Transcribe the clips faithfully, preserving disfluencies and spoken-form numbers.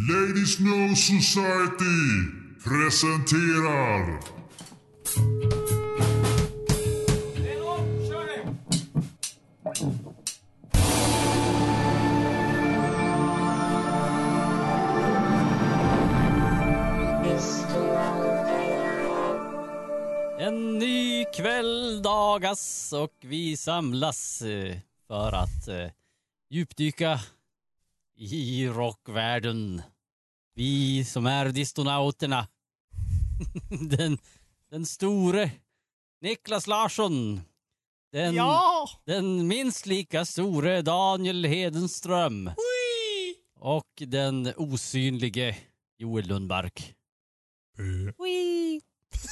Ladies No Society presenterar... En ny kväll dagas och vi samlas eh, för att eh, djupdyka i rockvärlden. Vi som är distonauterna. den, den store Niklas Larsson. Den, Ja! den minst lika store Daniel Hedenström. Ui! Och den osynlige Joel Lundmark. Uh. Ui.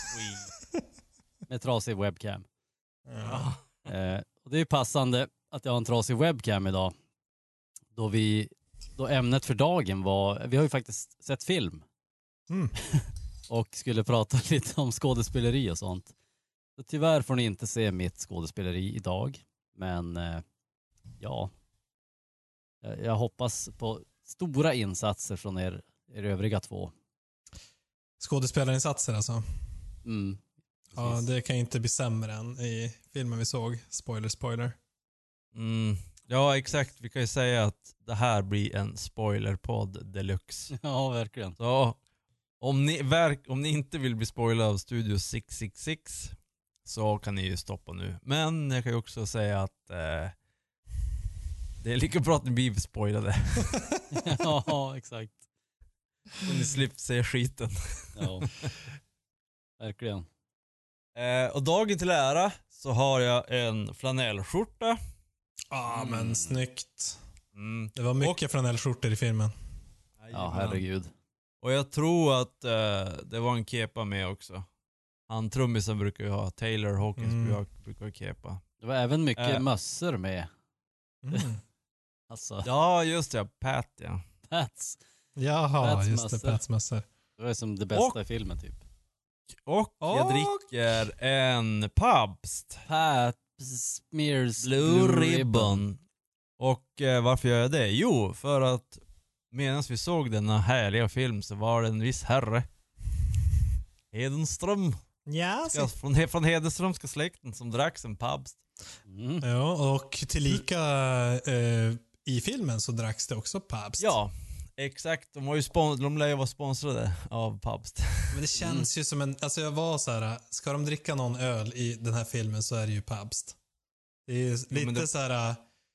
Med trasig webcam. Ja. Eh, och det är passande att jag har en trasig webcam idag. Då vi då ämnet för dagen var, vi har ju faktiskt sett film. Mm. Och skulle prata lite om skådespeleri och sånt. Så tyvärr får ni inte se mitt skådespeleri idag. Men eh, ja, jag, jag hoppas på stora insatser från er, er övriga två. Skådespelarinsatser alltså. Mm. Ja, det kan ju inte bli sämre än i filmen vi såg. Spoiler, spoiler. Mm. Ja, exakt. Vi kan ju säga att det här blir en spoilerpodd deluxe. Ja, verkligen. Så om ni, verk, om ni inte vill bli spoilade av Studio sex sex sex så kan ni ju stoppa nu. Men jag kan ju också säga att eh, det är lika bra att ni blir spoilade. Ja, exakt. Så ni slipper se skiten. Ja, verkligen. Eh, och dagen till ära så har jag en flanellskjorta. Ja, Mm. men snyggt. Mm. Det var mycket flanellskjortor i filmen. Ja, herregud. Och jag tror att eh, det var en kepa med också. Han trummisen brukar ju ha, Taylor Hawkins Mm. brukar, brukar ha kepa. Det var även mycket Äh. mössor med. Mm. Alltså, Ja, just det. Pat, ja. Pats. Jaha, Pats just det. mössor. Pats mössor. Det var som det bästa Och- i filmen typ. Och jag Och- dricker en Pabst Pats Smears Blue Ribbon. Och eh, varför gör jag det? Jo, för att medan vi såg denna härliga film så var det en viss herre, Hedenström, Ja, ska, från, he- från Hedenströmska släkten, som drack en Pabst. Mm. ja, och tillika eh, i filmen så dracks det också Pabst. Ja, exakt. De, var ju spon- de lär ju vara sponsrade av Pabst. Men det känns ju som en, alltså jag var så här, ska de dricka någon öl i den här filmen så är det ju Pabst. Det är ju lite men det- så här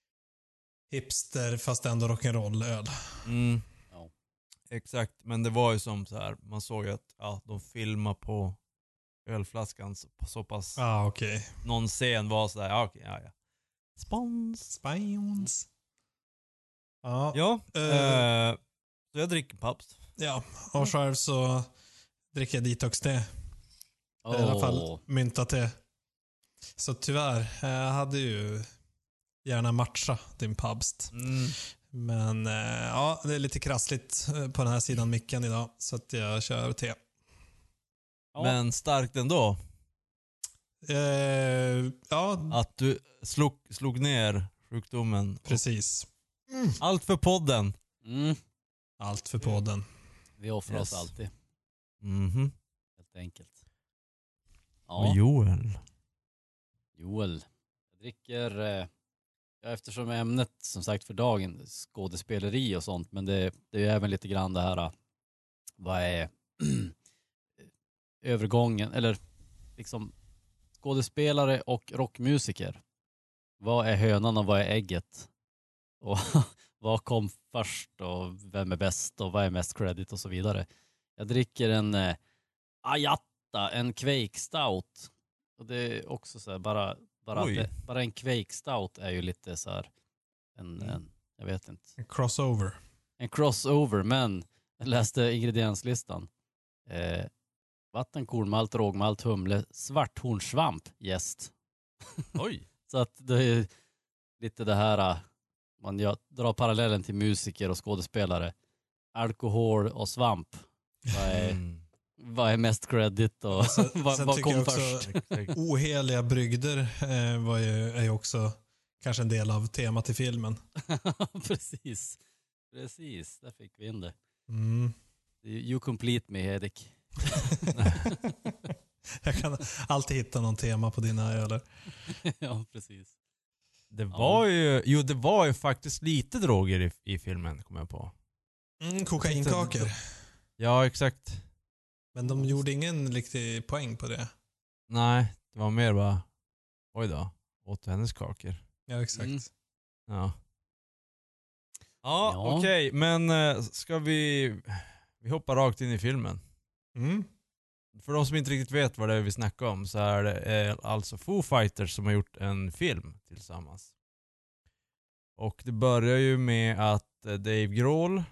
hipster fast ändå rock'n'roll öl. Mm. Ja. Exakt, men det var ju som så här, man såg ju att ja, de filmar på ölflaskan så, så pass. Ja, ah, okej. Okay. Någon scen var så där, ja okej, ja ja. Spons. Spons. Ja, Ja, Eh. eh, så jag dricker Pabst. ja, och själv så dricker jag detox-te. Oh. I alla fall mynta-te. Så tyvärr, jag hade ju gärna matcha din Pabst. Mm. Men eh, ja, det är lite krassligt eh, på den här sidan micken idag. Så att jag kör te. Ja. Men starkt ändå Eh, ja, att du slog, slog ner sjukdomen. precis. Allt för podden. Mm. Allt för podden. Vi offrar Yes. oss alltid, Mhm. helt enkelt. Och Ja, Joel. Joel. Jag dricker, eh, ja, eftersom ämnet som sagt för dagen skådespeleri och sånt, men det, det är ju även lite grann det här, eh, vad är övergången, eller liksom skådespelare och rockmusiker. Vad är hönan och vad är ägget? Och vad kom först och vem är bäst och vad är mest credit och så vidare. Jag dricker en eh, Ayatta, en Quake Stout. Och det är också så här, bara, bara, Oj. det, bara en Quake Stout är ju lite så här en, en jag vet inte. En crossover. En crossover, men jag läste ingredienslistan. Eh, vatten, kornmalt, rågmalt, humle, svarthornsvamp, jäst. Oj. Så att det är lite det här, äh, man gör, drar parallellen till musiker och skådespelare. Alkohol och svamp. Vad är, Mm. vad är mest credit och Sen, vad, sen vad tycker kom jag också först? Exakt. oheliga brygder eh, var ju, är ju också kanske en del av temat i filmen. Precis. Precis, där fick vi in det. Mm. You complete me, Hedik. Jag kan alltid hitta någon tema på dina öler. Ja, precis. Det var ju, jo det var ju faktiskt lite droger i, i filmen, kom jag på. Mm, kokainkakor. Ja, exakt. Men de gjorde ingen riktig poäng på det. Nej, det var mer bara, oj då, åt hennes kakor. Ja, exakt. Mm. Ja. Ja, Ja. okej, okay, men eh, ska vi, vi hoppar rakt in i filmen. Mm. För de som inte riktigt vet vad det är vi snackar om så är det eh, alltså Foo Fighters som har gjort en film tillsammans. Och det börjar ju med att eh, Dave Grohl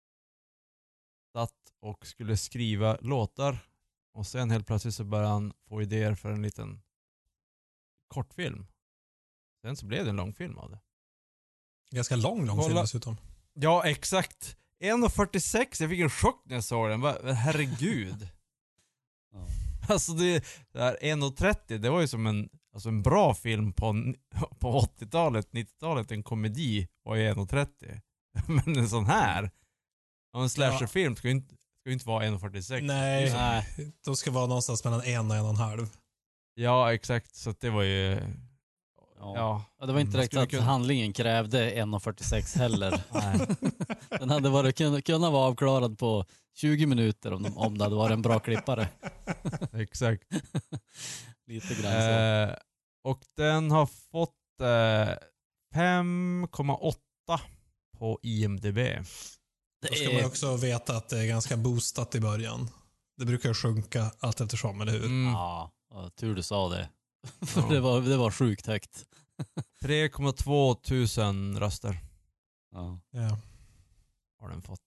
satt och skulle skriva låtar och sen helt plötsligt så började han få idéer för en liten kortfilm. Sen så blev det en långfilm av det. Ganska lång, lång Kolla. film dessutom. Ja, exakt. en fyrtiosex, jag fick en chock när jag såg den. Bara, herregud. Ja. Alltså det, det här en trettio, det var ju som en, alltså en bra film på, på åttiotalet, nittiotalet, en komedi var ju en trettio. Men en sån här, en slasherfilm ska ju inte, ska ju inte vara en fyrtiosex. Nej, Nej. de ska vara någonstans mellan en och en och en halv. Ja, exakt. Så att det var ju, Ja. ja. Ja, det var inte Man direkt skulle att kunna- handlingen krävde en fyrtiosex heller. Nej. Den hade varit, kunnat, kunnat vara avklarad på tjugo minuter om, om det hade varit en bra klippare. Exakt. Lite grann så. Eh, och den har fått eh, fem komma åtta på I M D B. Då ska man ju också veta att det är ganska boostat i början. Det brukar ju sjunka allt eftersom, eller hur? Mm. Ja, ja, tur du sa det. För Ja. det, var, det var sjukt högt. tre komma två tusen röster Ja. Ja. har den fått.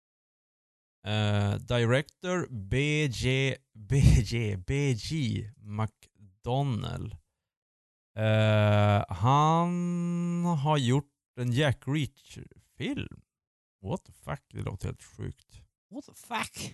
Eh, director B J B J B G McDonnell. Eh, han har gjort en Jack Reacher-film. What the fuck? Det låter helt sjukt. What the fuck?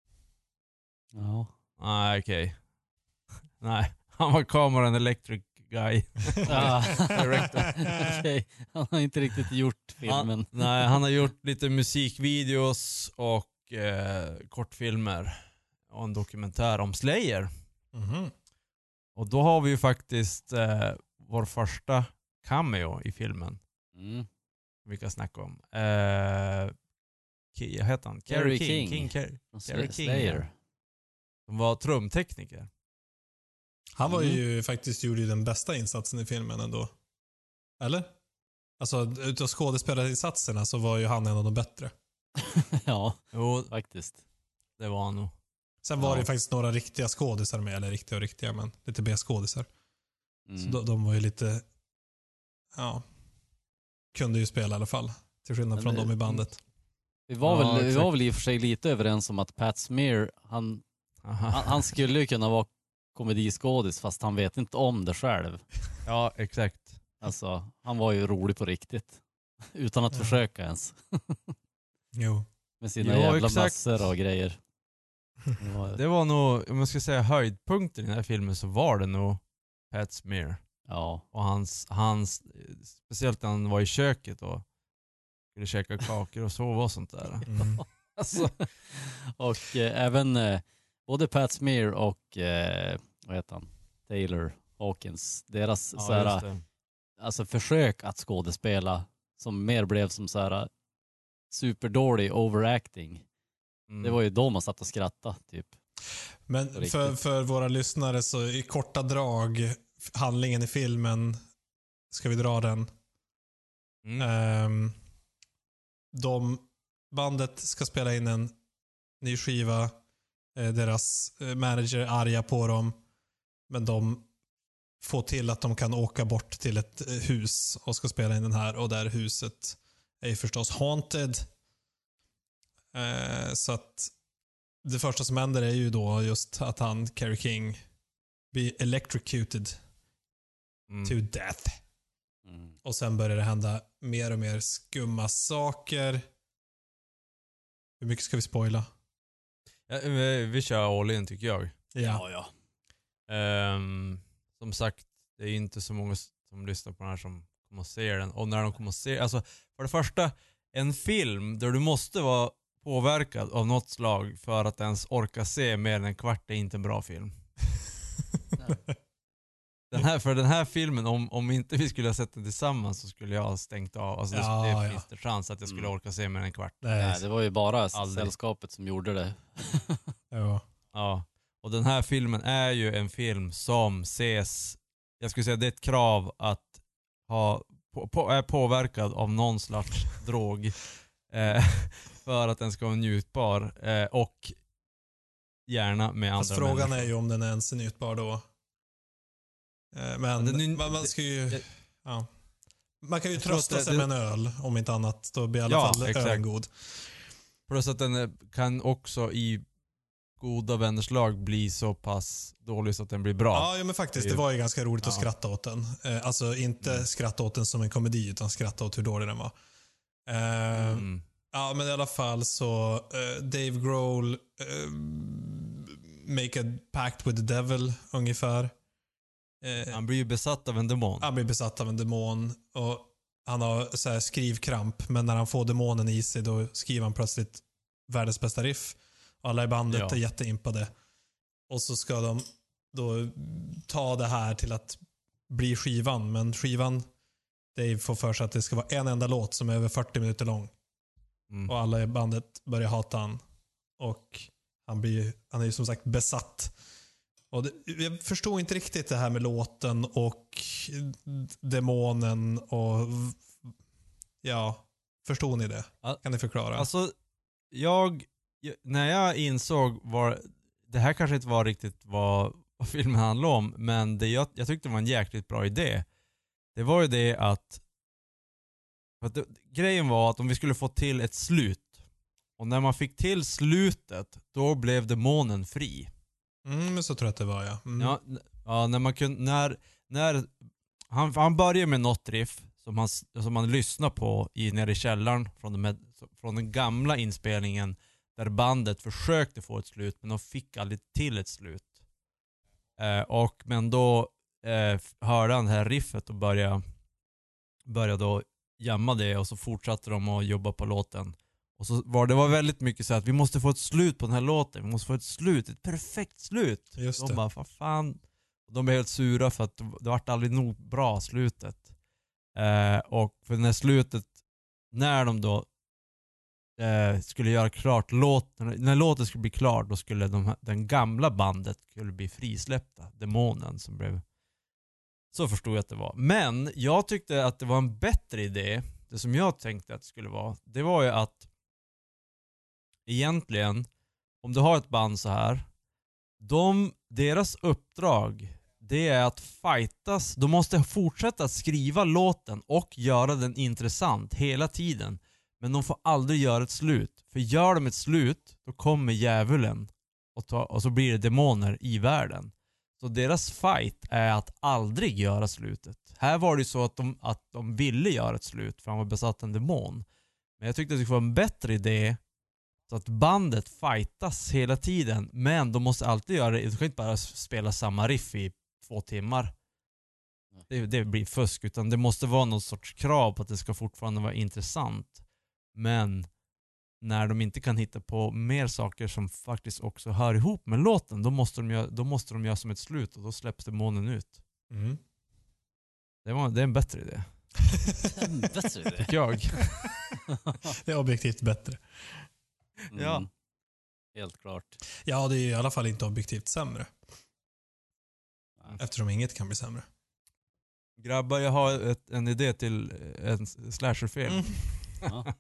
Ja. Nej, okej. Nej, han var kameran electric guy. Ja. Director. Okej, han har inte riktigt gjort filmen. Han, nej, han har gjort lite musikvideos och eh, kortfilmer och en dokumentär om Slayer. Mhm. Och då har vi ju faktiskt eh, vår första cameo i filmen. Mm. Vi kan snacka om. Eh, Ki- vad heter han? Kerry King. King. King Ker- Från Kerry Sl- King, Slayer. som var trumtekniker. Han var Mm. ju faktiskt gjorde ju den bästa insatsen i filmen ändå. Eller? Alltså utav skådespelarinsatserna så var ju han en av de bättre. Ja, Jo, faktiskt. det var han nog. Sen var Ja. det ju faktiskt några riktiga skådisar med, eller riktiga och riktiga, men lite B-skådisar. Mm. Så de, de var ju lite, ja, kunde ju spela i alla fall. Till skillnad Men från det- dem i bandet. Vi var, Ja, väl, vi exakt. var väl i och för sig lite överens om att Pat Smear, han, Aha. han, han skulle ju kunna vara komediskådis fast han vet inte om det själv. Ja, exakt. Alltså, han var ju rolig på riktigt. Utan att Ja. försöka ens. Jo. Med sina Ja, jävla exakt. massor och grejer. Det var, Det var nog, om man ska säga höjdpunkten i den här filmen, så var det nog Pat Smear. ja. Och hans, hans, speciellt när han var i köket och skulle käka kakor och sova och sånt där. Mm. Alltså, Och eh, även eh, både Pat Smear och eh, vad heter han? Taylor Hawkins. Deras ja, såhär, just det. alltså försök att skådespela som mer blev som såhär superdålig overacting. Mm. Det var ju då man satt och skrattade typ. Men Riktigt. för, för våra lyssnare så i korta drag, handlingen i filmen, ska vi dra den? Mm. Ehm, de, bandet ska spela in en ny skiva. Eh, deras eh, manager är arga på dem. Men de får till att de kan åka bort till ett eh, hus och ska spela in den här. Och där huset är ju förstås haunted. Eh, så att det första som händer är ju då just att han, Kerry King, blir electrocuted Mm. to death. Mm. Och sen börjar det hända mer och mer skumma saker. Hur mycket ska vi spoila? Ja, vi, vi kör all in tycker jag. Ja, ja. Ehm, som sagt, det är inte så många som lyssnar på den här som kommer att se den. Och när de kommer att se, alltså för det första, en film där du måste vara påverkad av något slag för att ens orka se mer än en kvart är inte en bra film. Den här, för den här filmen, om, om inte vi skulle ha sett den tillsammans så skulle jag ha stängt av. Alltså det, Ja, det ja. finns det chans att jag skulle Mm. orka se mer än en kvart. Nej, det var ju bara Aldrig. sällskapet som gjorde det. Ja. Ja. Och den här filmen är ju en film som ses, jag skulle säga det är ett krav att ha, på, på, är påverkad av någon slags drog eh, för att den ska vara njutbar eh, och gärna med Fast andra frågan människor. är ju om den ens är njutbar då. Eh, Men Ja, den är- man, man ska ju... det- Ja. Man kan ju Jag tror trösta att det- sig det- med en öl, om inte annat. Då blir i alla Ja, fall exakt. ölen god. Plus att den eh, kan också i goda vänners lag bli så pass dålig så att den blir bra. Ja, ja men faktiskt. Det är Det ju- var ju ganska roligt att Ja. skratta åt den. Eh, Alltså inte Mm. skratta åt den som en komedi, utan skratta åt hur dålig den var. Eh, Mm. Ja, men i alla fall så eh, Dave Grohl eh, make a pact with the devil ungefär. Eh, Han blir ju besatt av en demon. han blir besatt av en demon och han har så här skrivkramp, men när han får demonen i sig då skriver han plötsligt världens bästa riff. Alla i bandet Ja. är jätteimpade. Och så ska de då ta det här till att bli skivan, men skivan Dave får för sig att det ska vara en enda låt som är över fyrtio minuter lång. Mm. Och alla i bandet börjar hata han. Och han, blir, han är ju som sagt besatt. Och det, jag förstod inte riktigt det här med låten och demonen och... Ja, förstod ni det? Ja. Kan ni förklara? Alltså, jag, jag, när jag insåg var, det här kanske inte var riktigt vad, vad filmen handlade om, men det jag, jag tyckte var en jäkligt bra idé. Det var ju det att, att det, grejen var att om vi skulle få till ett slut, och när man fick till slutet, då blev demonen fri. Mm, men så tror jag att det var, ja. Mm. Ja, n- ja, när man kunde, när, när han, han började med något riff som han, som man lyssnar på i, nere i källaren från, de, med- från den gamla inspelningen där bandet försökte få ett slut men de fick aldrig till ett slut. Eh, och, men då eh, hörde han det här riffet och började, började då jamma det och så fortsatte de att jobba på låten. Och så var det var väldigt mycket så att vi måste få ett slut på den här låten. Vi måste få ett slut, ett perfekt slut. Just De det. bara, vad fan. De blev helt sura för att det det vart aldrig nog bra slutet. Eh, och för det här slutet, när de då eh, skulle göra klart låten, när låten skulle bli klar, då skulle de, här- den gamla bandet skulle bli frisläppta. Demonen som blev... Så förstod jag att det var. Men jag tyckte att det var en bättre idé. Det som jag tänkte att det skulle vara, det var ju att egentligen, om du har ett band så här, de, deras uppdrag, det är att fightas. De måste fortsätta skriva låten och göra den intressant hela tiden. Men de får aldrig göra ett slut. För gör de ett slut, då kommer djävulen och, ta, och så blir det demoner i världen. Så deras fight är att aldrig göra slutet. Här var det ju så att de, att de ville göra ett slut för han var besatt av en demon. Men jag tyckte att det skulle vara en bättre idé så att bandet fightas hela tiden. Men de måste alltid göra det. De kan inte bara spela samma riff i två timmar. Det, det blir fusk. Utan det måste vara någon sorts krav på att det ska fortfarande vara intressant. Men när de inte kan hitta på mer saker som faktiskt också hör ihop med låten, då måste de göra, då måste de göra som ett slut och då släpps demonen ut. Mm. Det, var, det är en bättre idé, En bättre idé. tycker jag. Det är objektivt bättre. Mm. Ja. Helt klart. Ja, det är i alla fall inte objektivt sämre. Nej. Eftersom inget kan bli sämre. Grabbar, jag har ett, en idé till en slasherfilm. Mm. Ja.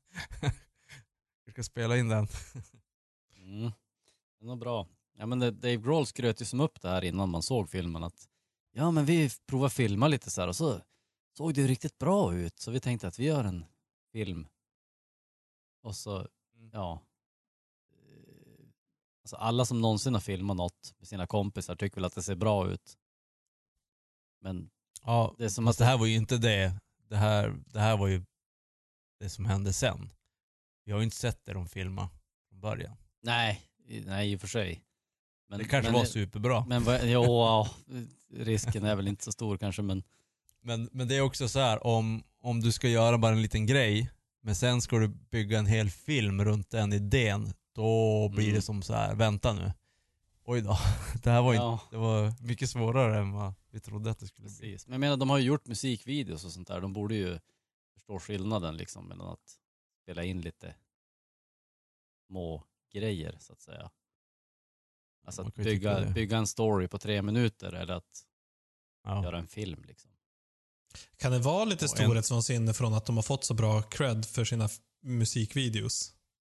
Vi ska spela in den. Mm. Det är nog bra. Ja, men det, Dave Grohl skröt ju som upp det här innan man såg filmen att ja, men vi provar filma lite så här och så såg det ju riktigt bra ut så vi tänkte att vi gör en film. Och så, ja. Eh, Alltså alla som någonsin har filmat något med sina kompisar tycker väl att det ser bra ut. Men Ja, det är som fast att det här var ju inte det. Det här, det här var ju det som hände sen. Vi har ju inte sett det de filmade från början. nej, i- nej i och för sig. Men, Det kanske men, var superbra. Men vad- jo, ja, risken är väl inte så stor kanske, men Men, men det är också så här, om, om du ska göra bara en liten grej Men sen ska du bygga en hel film runt den idén. Då blir Mm. det som så här, vänta nu. Oj då, det här var, Ja. inte, det var mycket svårare än vad vi trodde att det skulle bli. Precis. Men jag menar, de har ju gjort musikvideos och sånt där. De borde ju förstå skillnaden liksom mellan att spela in lite små grejer så att säga. Alltså Man att kan ju tycka bygga, det. bygga en story på tre minuter eller att Ja. göra en film liksom. Kan det vara lite Och en- storhetsvansinne från att de har fått så bra cred för sina f- musikvideos?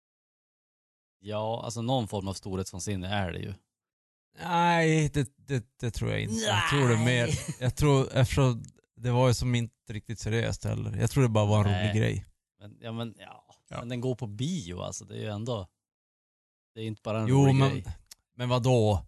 Ja, alltså någon form av storhetsvansinne är det ju. Nej, det, det, det tror jag inte. Jag tror det mer, jag tror eftersom det var ju som inte riktigt seriöst heller. Jag tror det bara var en Nej. rolig grej. Men, ja, men, ja. Ja. men den går på bio alltså. Det är ju ändå... Det är inte bara en Jo, rolig men, grej. men vadå?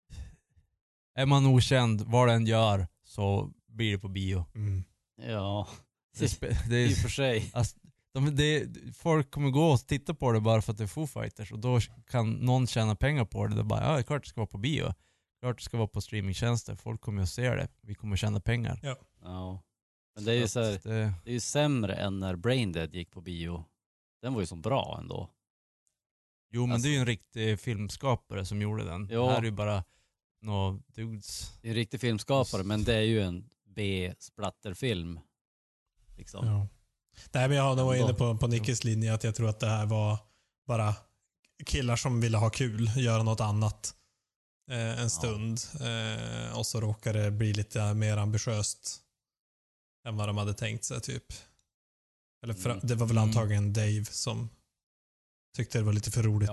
Är man okänd, vad den gör, så blir det på bio. Mm. Ja, Det, spe- det, i och är, för sig. alltså, de, det, folk kommer gå och titta på det bara för att det är Foo Fighters och då kan någon tjäna pengar på det. Det är bara, ja, det är klart det ska vara på bio. Klart det ska vara på streamingtjänster. Folk kommer att se det. Vi kommer att tjäna pengar. Ja. Men det är ju så här, Att det, det är ju sämre än när Braindead gick på bio. Den var ju så bra ändå. jo, men Alltså- det är ju en riktig filmskapare som gjorde den. Jo. Det här är ju bara några dudes. Det är en riktig filmskapare, men det är ju en B-splatterfilm. Liksom. Ja. Nej, men jag var Ändå. inne på, på Nickes linje att jag tror att det här var bara killar som ville ha kul, göra något annat eh, en stund. Eh, och så råkade det bli lite mer ambitiöst än vad de hade tänkt sig typ. Eller fra, Mm. det var väl Mm. antagligen Dave som tyckte det var lite för roligt. Ja.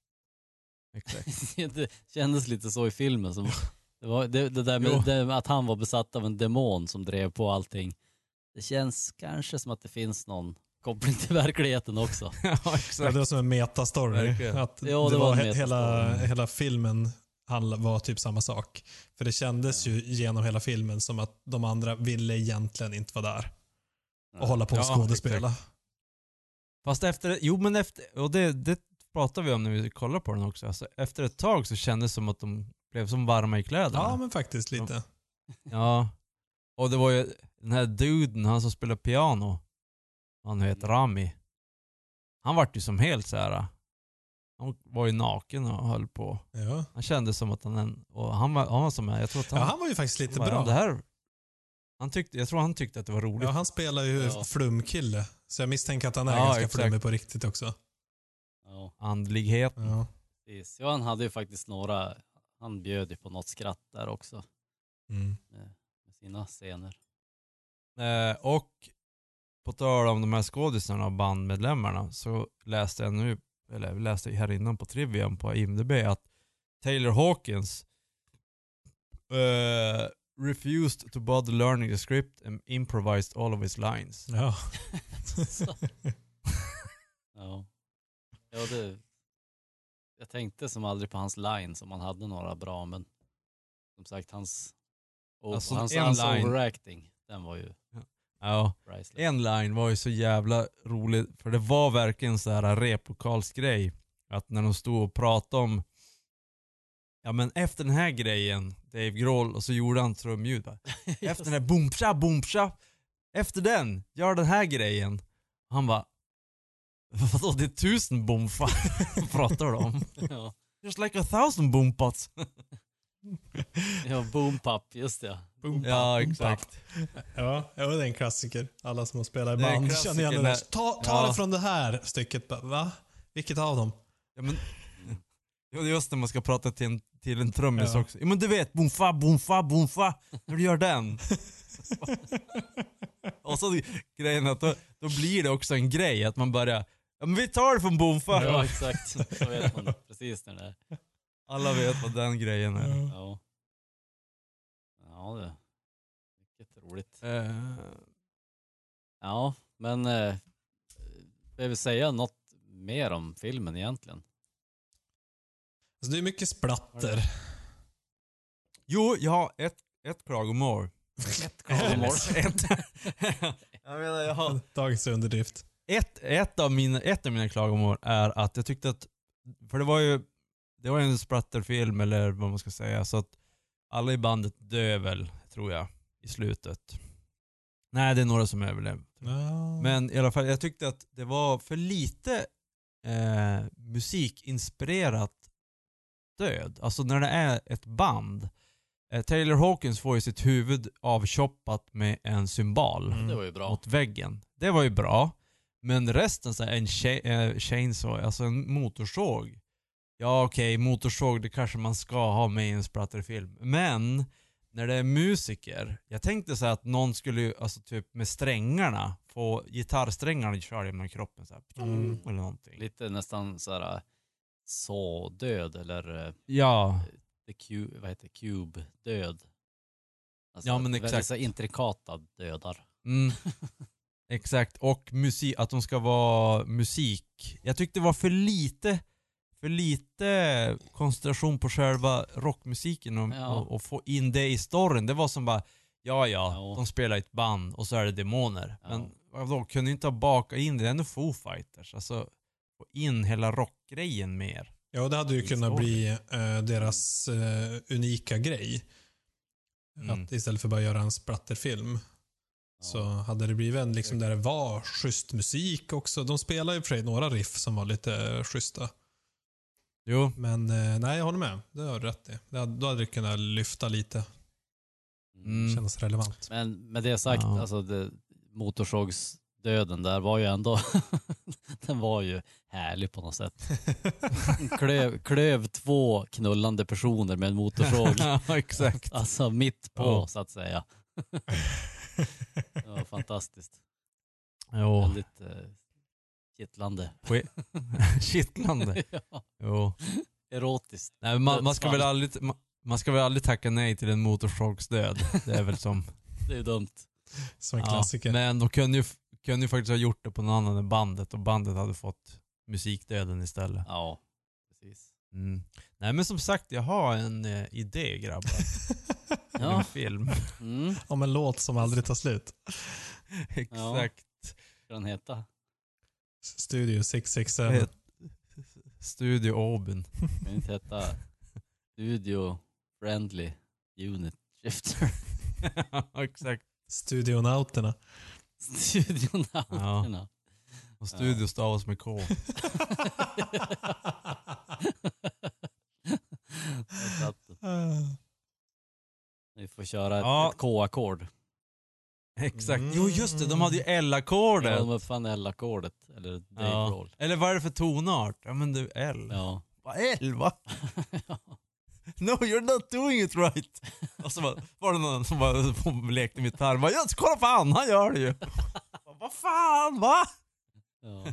Exakt. Det kändes lite så i filmen. Som, det, var, det, det där med, Jo. det med att han var besatt av en demon som drev på allting. Det känns kanske som att det finns någon koppling till verkligheten också. Ja, Ja, exakt. det var som en metastory. Verkligen. Att Ja, det det var var en he- hela, metastory. hela filmen handla, var typ samma sak. För det kändes Ja. ju genom hela filmen som att de andra ville egentligen inte vara där och Ja. hålla på och Ja, skådespela. Fast efter, jo men efter, och det, det pratar vi om när vi kollar på den också. Alltså, efter ett tag så kändes det som att de blev som varma i kläderna. Ja, men faktiskt lite. Ja. Och det var ju den här duden, han som spelar piano. Han heter Rami. Han vart ju som helt så här. Han var ju naken och höll på. Ja. Han kände som att han, och han var, han var som, jag tror att han, ja, han var ju faktiskt lite bara, bra. Det här, han tyckte, jag tror han tyckte att det var roligt. Ja, han spelar ju Ja. flumkille. Så jag misstänker att han är Ja, ganska exakt. flummig på riktigt också. Ja, Andlighet. Ja. precis. Ja, han hade ju faktiskt några, han bjöd ju på något skratt där också Mm. med, med sina scener. Eh, och på tal om de här skådisarna och bandmedlemmarna så läste jag nu, eller läste jag här innan på Trivian på I M D B att Taylor Hawkins eh, refused to bother learning the script and improvised all of his lines. Ja. Ja. Ja, det, jag tänkte som aldrig på hans lines om han hade några bra, men som sagt hans, och, Alltså, hans, en hans line- overacting, den var ju Ja, priceless. en line var ju så jävla rolig för det var verkligen så här replokalsgrej att när de stod och pratade om ja men efter den här grejen Dave Grohl och så gjorde han trumljud bara. Efter den här boomsha boomsha efter den gör den här grejen. Han bara vadå det är tusen boompa pratar de om. Ja, Just like a thousand boompots. ja boom pop, just det. Boom, Ja, boom, exakt. Ja, ja, det är en klassiker. Alla som har spelat i Det är en band klassiker känner igen det där. när- Ta, ta Ja. det från det här stycket. Bara, va? Vilket av dem? Ja men ja, det är just när man ska prata till en, till en trummis Ja. också. Ja men du vet, boomfa, boomfa, boomfa. När du gör den. Och så grejen att då, då blir det också en grej att man börjar, ja men vi tar det från boomfa. Ja, exakt. Så vet man precis när det är. Alla vet vad den grejen är. Ja. Ja, det är mycket roligt. Eh, Ja, men eh, jag vill säga något mer om filmen egentligen. Så det är mycket splatter. jo, jag har ett, ett klagomål. Ett klagomål. ett. Jag menar, jag har Dagens underdrift. ett, ett, av mina, ett av mina klagomål är att jag tyckte att, för det var ju det var ju en splatterfilm eller vad man ska säga, så att alla i bandet dör väl, tror jag, i slutet. Nej, det är några som överlevt. Ja. Men i alla fall, jag tyckte att det var för lite eh, musikinspirerat död. Alltså när det är ett band. Eh, Taylor Hawkins får ju sitt huvud avchoppat med en symbol Mm. Det var ju bra. mot väggen. Det var ju bra. Men resten, så här, en cha- eh, chainsaw, alltså en motorsåg. Ja okej, okay, motorsåg det kanske man ska ha med i en splatterfilm. Men när det är musiker, jag tänkte så här att någon skulle, alltså typ med strängarna, få gitarrsträngarna köra genom kroppen så här, Mm. eller någonting. Lite nästan såhär så död eller eh, Ja, the cube, vad heter det? Cube död. Alltså, Ja, men väldigt exakt. så här intrikata dödar. mm, exakt. Och musik, att de ska vara musik. Jag tyckte det var för lite för lite koncentration på själva rockmusiken och, Ja. och, och få in det i storyn. Det var som bara, ja ja, Ja. de spelar i ett band och så är det demoner. Ja. Men vadå, kunde inte ha bakat in det? Det är ändå Foo Fighters. Alltså, få in hela rockgrejen mer. Ja, det hade ju I kunnat story. bli eh, deras eh, unika grej. Mm. Att istället för bara göra en splatterfilm så hade det blivit en liksom där det var schysst musik också. De spelar ju för sig några riff som var lite eh, schyssta. Jo, Men eh, nej, jag håller med. Det har du rätt i. Det hade, då hade det kunnat lyfta lite. Mm. Kännas relevant. Men med det sagt, Ja. alltså det, motorsågsdöden där var ju ändå den var ju härlig på något sätt. Klöv, klöv två knullande personer med en motorsåg. ja, exakt. Alltså mitt på Ja. så att säga. Det var fantastiskt. Jo, Väldigt eh, kittlande. kittlande. Ja, Jo. erotiskt. Nej, men man, man, ska väl Dödsfall. aldrig, man, man ska väl aldrig tacka nej till en motorsågsdöd. Det är väl som... Det är dumt. Som en Ja, klassiker. men de kunde ju, kunde ju faktiskt ha gjort det på någon annan än bandet och bandet hade fått musikdöden istället. Ja, precis. Mm. Nej men som sagt, jag har en eh, idé grabbar. Ja. En film. Mm. Om en låt som aldrig tar slut. Exakt. Ska den heta? Studio sex sex Vad sju. heter- Studio Oben. Ska den inte heta Studio Friendly Unit Shifter? Exakt. Studionauterna. Studionauterna. Och studio stavas med K. Där satt den. Vi får köra ett, Ja. ett K-ackord. Exakt. Jo just det, de hade ju L-ackordet. Ja, de uppfann L-ackordet. Eller Dave Ja. Grohl. Eller vad är det för tonart? Ja men det är L. Ja. Vad L va? No you're not doing it right. Och så var, var det någon som bara lekte med gitarr. Bara, ja, kolla fan, han gör det ju. Bara, vad fan, va? Ja.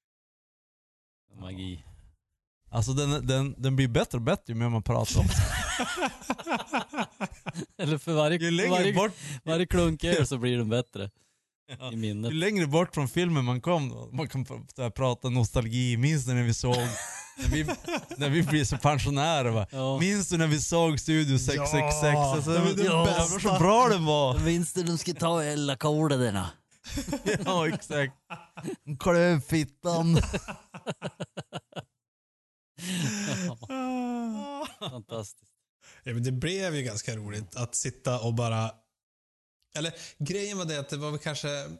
Magi. Alltså den, den, den blir bättre och bättre ju mer man pratar om det. Eller för varje, Ju för längre varje, bort, varje klunk är så blir den bättre ja, i minnet. ju längre bort från filmen man kom då, man kan pr- så här prata nostalgi. Minns du när vi såg när vi, när vi blev så pensionärer va? Ja. Minns du när vi såg Studio sex sex sex? Ja, Alltså, det var den ja, bästa. det var så bra den var. Minns du de ska ta L-ackorderna? Ja exakt. Klövfittan. Fantastiskt. Ja, men det blev ju ganska roligt att sitta och bara... Eller grejen var det att det var väl kanske...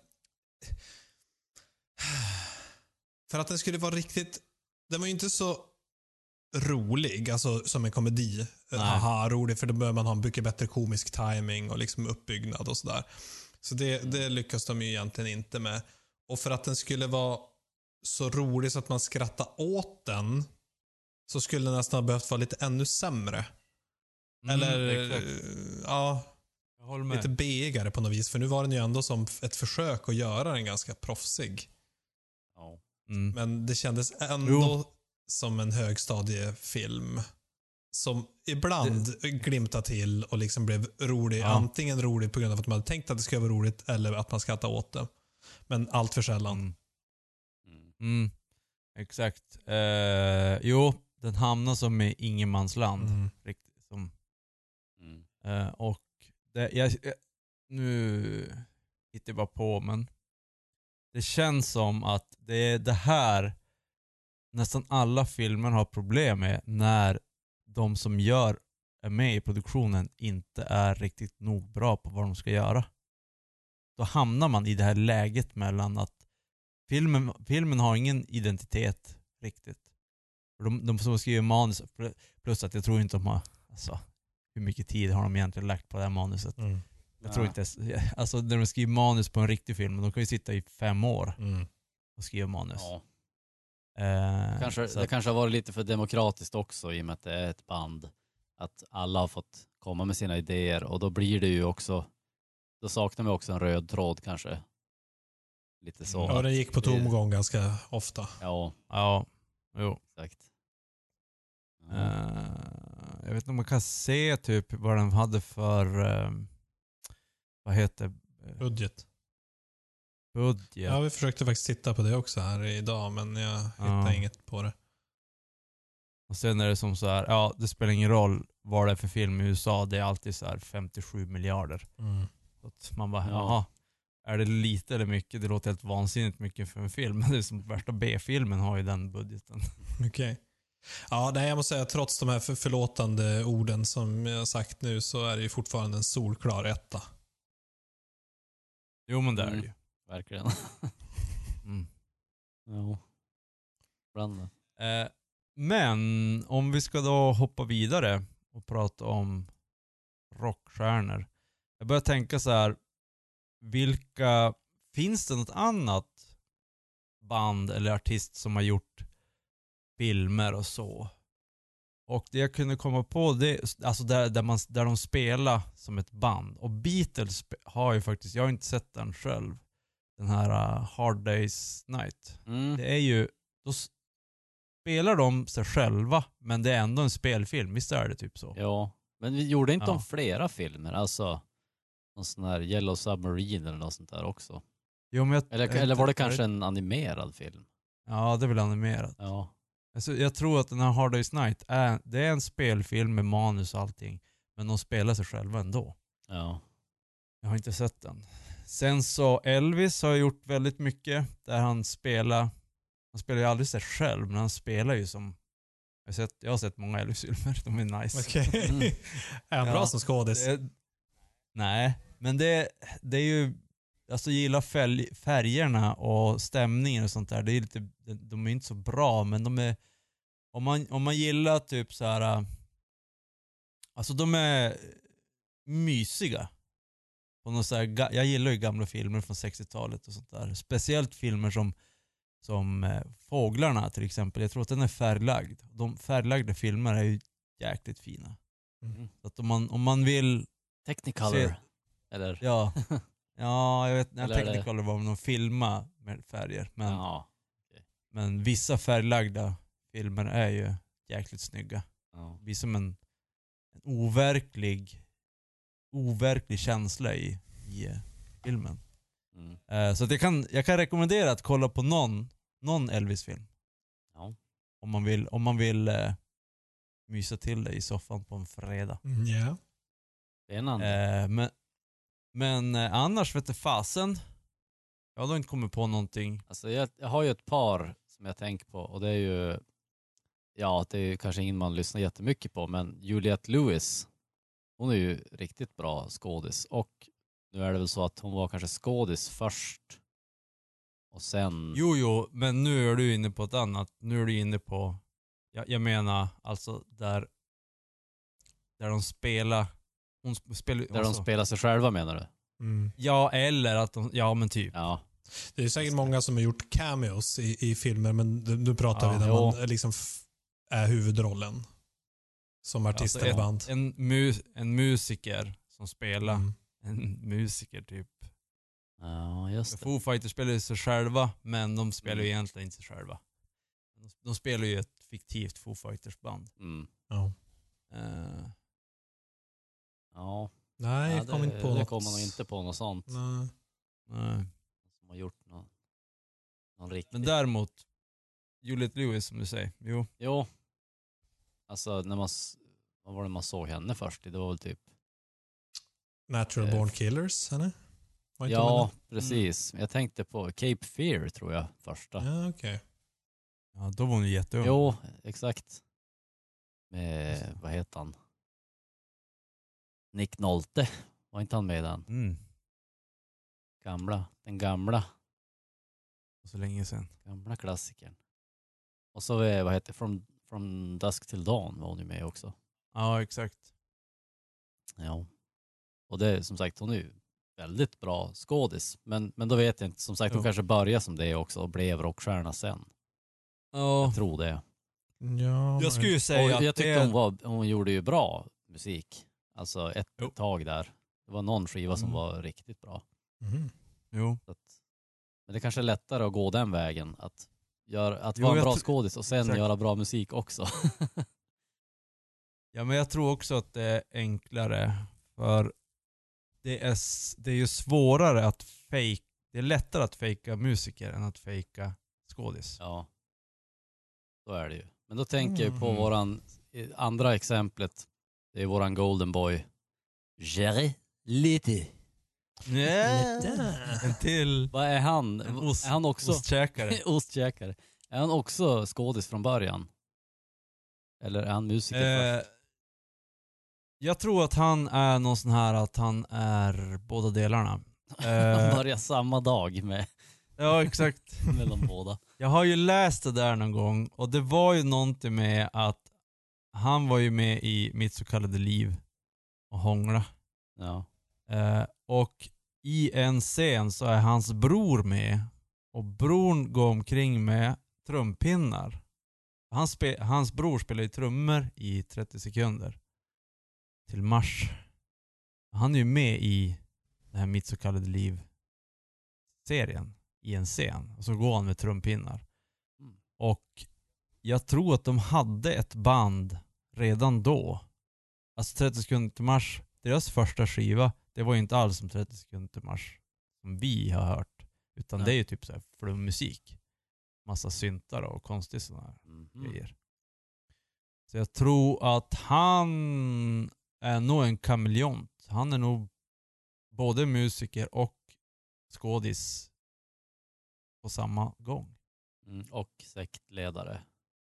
För att den skulle vara riktigt... Den var ju inte så rolig, alltså som en komedi. Nej. Haha, rolig, för då behöver man ha en mycket bättre komisk timing och liksom uppbyggnad och sådär. Så det, det lyckas de ju egentligen inte med. Och för att den skulle vara så rolig så att man skrattar åt den så skulle den nästan ha behövt vara lite ännu sämre. Eller, Mm, exakt. ja, Jag håller med. lite beigare på något vis. För nu var den ju ändå som ett försök att göra den ganska proffsig. Ja. Mm. Men det kändes ändå Jo. som en högstadiefilm. Som ibland glimtade till och liksom blev rolig. Ja. Antingen rolig på grund av att man hade tänkt att det skulle vara roligt eller att man skrattade åt det. Men allt för sällan. Mm. Mm. Mm. Exakt. Eh, jo, den hamnar som i ingenmansland. Mm. Riktigt, som, Mm. eh, och det, jag, jag, nu hittar jag bara på, men det känns som att det är det här nästan alla filmer har problem med när de som gör är med i produktionen inte är riktigt nog bra på vad de ska göra. då hamnar man i det här läget mellan att filmen, filmen har ingen identitet riktigt. De, de som skriver manus, plus att jag tror inte de har, alltså, hur mycket tid har de egentligen lagt på det här manuset. Mm. Jag tror inte, alltså när de skriver manus på en riktig film, de kan ju sitta i fem år Mm. och skriva manus. Ja. Eh, Kanske, så det att, kanske har varit lite för demokratiskt också i och med att det är ett band. Att alla har fått komma med sina idéer och då blir det ju också, då saknar vi också en röd tråd kanske. Lite så. Ja, den gick på tomgång ganska ofta. Ja, ja, jo. exakt. Ja. Eh, jag vet inte om man kan se typ vad den hade för eh, vad heter Budget. budget. Ja, vi försökte faktiskt titta på det också här idag, men jag hittade Ja. inget på det. Och sen är det som så här, ja, det spelar ingen roll vad det är för film i U S A, det är alltid så här femtiosju miljarder. Mm. Så att man bara, Ja. jaha, är det lite eller mycket? Det låter helt vansinnigt mycket för en film. Men det är som värsta B-filmen har ju den budgeten. Okej. Ja, nej, jag måste säga trots de här för förlåtande orden som jag har sagt nu så är det ju fortfarande en solklar etta. Jo, men det är Mm. det ju. Verkligen. Mm. Ja. Bland det. Eh, men om vi ska då hoppa vidare och prata om rockstjärnor. Jag börjar tänka så här, vilka, finns det något annat band eller artist som har gjort filmer och så? Och det jag kunde komma på, det alltså där, där, man, där de spelar som ett band. Och Beatles har ju faktiskt, jag har inte sett den själv, den här uh, Hard Day's Night. Mm. Det är ju, då spelar de sig själva, men det är ändå en spelfilm, visst är det typ så? Ja, men vi gjorde inte Ja. om flera filmer, alltså någon sån här Yellow Submarine eller något sånt där också. Jo, men jag, Eller, jag, eller var det jag- kanske en animerad film? Ja, det är väl animerat. Ja. Alltså, jag tror att den här Hard Day's Night är, det är en spelfilm med manus och allting, men de spelar sig själva ändå. Ja. Jag har inte sett den. Sen så Elvis har gjort väldigt mycket där han spelar, han spelar ju aldrig sig själv, men han spelar ju som, jag har sett, jag har sett många Elvis-filmer, de är nice. Okej. Mm. Är han bra Ja, som skådis? Det, nej, men det, det är ju, alltså gilla färg, färgerna och stämningen och sånt där, det är lite, de är inte så bra, men de är, om man, om man gillar typ så här, alltså de är mysiga. Och någon så här, ga- jag gillar ju gamla filmer från sextiotalet och sånt där. Speciellt filmer som, som eh, Fåglarna till exempel. Jag tror att den är färglagd. De färglagda filmer är ju jäkligt fina. Mm. Så att om man, om man vill, Technicolor. Se- Eller? ja, ja jag vet inte, Eller är det- Technicolor var om de filma med färger. Men, Ja. men vissa färglagda filmer är ju jäkligt snygga. Ja. Det blir som en, en overklig overklig känsla i, i eh, filmen. Mm. Eh, så att jag, kan, jag kan rekommendera att kolla på någon, någon Elvis-film. Ja. Om man vill, om man vill eh, mysa till det i soffan på en fredag. Mm, ja. Spännande. Eh, men men eh, annars vet du fasen. Jag har inte kommit på någonting. Alltså jag, jag har ju ett par som jag tänker på och det är ju, ja det är ju kanske ingen man lyssnar jättemycket på, men Juliette Lewis, hon är ju riktigt bra skådis och nu är det väl så att hon var kanske skådis först och sen, Jo, jo, men nu är du inne på ett annat. Nu är du inne på, jag, jag menar alltså där där de spelar, hon sp- spelar, där alltså, de spelar sig själva menar du? Mm. ja, eller att de, ja men typ. Ja. Det är säkert många som har gjort cameos i, i filmer, men nu pratar Ja, vi där jo. man liksom f- är huvudrollen. Som artist Alltså, eller ett- band. En, mu- en musiker som spelar Mm. en musiker typ. Ja, just det. Foo Fighters spelar ju sig själva, men de spelar ju Mm. egentligen inte sig själva. De, de spelar ju ett fiktivt Foo Fighters band. Mm. Ja. Eh, Ja, Nej, ja jag kom inte på det något. kommer nog inte på något sånt Nej. nej. som har gjort någon, någon riktigt. Men däremot, Juliette Lewis som du säger, jo. Jo, alltså när man, s- vad var det man såg henne först i? Det var väl typ, Natural Eh, Born Killers, eller? Var inte ja de precis. Jag tänkte på Cape Fear tror jag första. med? Ja, okej. Ja, då var hon ju jätteung. Jo, exakt. Med, vad heter han? Nick Nolte. Var inte han med i den? Mm. Gamla, den gamla, Så länge sedan. gamla klassikern. Och så är, vad heter det, From, From Dusk Till Dawn var hon ju med också. Ja, exakt. Ja. Och det är som sagt, hon är ju väldigt bra skådis. Men, men då vet jag inte, som sagt, hon Jo. kanske började som det också och blev rockstjärna sen. Ja, Jag tror det. Ja, jag skulle ju Och säga att jag tyckte det... hon, var, hon gjorde ju bra musik. Alltså ett Jo. tag där. Det var någon skiva som Mm. var riktigt bra. Mhm. Jo. Så att, men det kanske är lättare att gå den vägen. Att, gör, att Jo, vara en jag bra tr- skådis och sen Exakt. göra bra musik också. Ja, men jag tror också att det är enklare. För det är, s- det är ju svårare att fake. Det är lättare att fejka musiker än att fejka skådis. Ja, så är det ju. Men då tänker jag på Mm. våran eh, andra exemplet. Det är våran Golden Boy. Jerry Litty. Nej. En till Vad är han? En ost- är han också ostkäkare. ostkäkare? Är han också skådis från början? Eller är han musiker Eh, först? jag tror att han är någon sån här att han är båda delarna. Han Eh, börjar samma dag med, ja, exakt. med de båda. Jag har ju läst det där någon gång och det var ju någonting med att han var ju med i Mitt så kallade liv och hångla. Ja. Eh, och i en scen så är hans bror med och bron går omkring med trumpinnar. Han spe, hans bror spelar ju trummor i trettio sekunder till mars. Han är ju med i det här Mitt så kallade liv-serien i en scen och så går han med trumpinnar. Mm. Och jag tror att de hade ett band redan då. Alltså trettio sekunder till mars, deras första skiva, det var ju inte alls som trettio sekunder till mars som vi har hört. Utan Nej. det är ju typ så här flummusik. Massa syntar och konstigt sådana här Mhm. grejer. Så jag tror att han är nog en kameleont. Han är nog både musiker och skådis på samma gång. Mm. Och sektledare.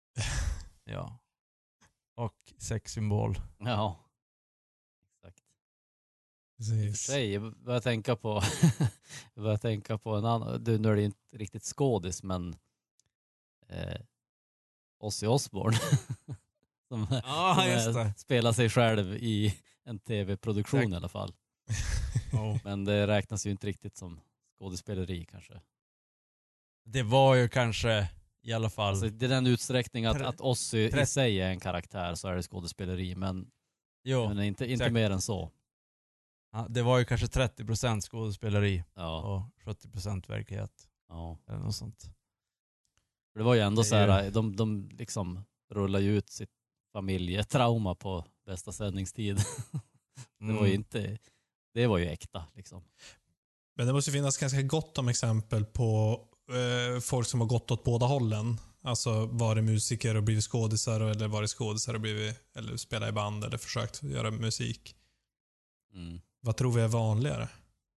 Ja. Och sexsymbol. Ja. Exakt. I och för Precis. sig, jag börjar tänka på jag börjar tänka på en annan, du, nu är det inte riktigt skådis, men eh, Ozzy Osbourne som, Ja, som just eh, det. spelar sig själv i en tv-produktion Exakt. i alla fall. Oh. Men det räknas ju inte riktigt som skådespeleri kanske. Det var ju kanske i alla fall. Alltså, det är den utsträckning att, Tre- att Ozzy i tre- sig är en karaktär, så är det skådespeleri, men, jo, men inte, inte exakt. mer än så. ja, det var ju kanske trettio procent skådespeleri Ja, och sjuttio procent verklighet. ja. Eller något sånt. För det var ju ändå Det så är här, de, de liksom rullar ju ut sitt familjetrauma på bästa sändningstid. Det var ju inte, det var ju äkta liksom. Men det måste finnas ganska gott om exempel på eh, folk som har gått åt båda hållen. Alltså varit musiker och blivit skådisar eller varit skådisar och blivit, eller spelat i band eller försökt göra musik. Mm. Vad tror vi är vanligare?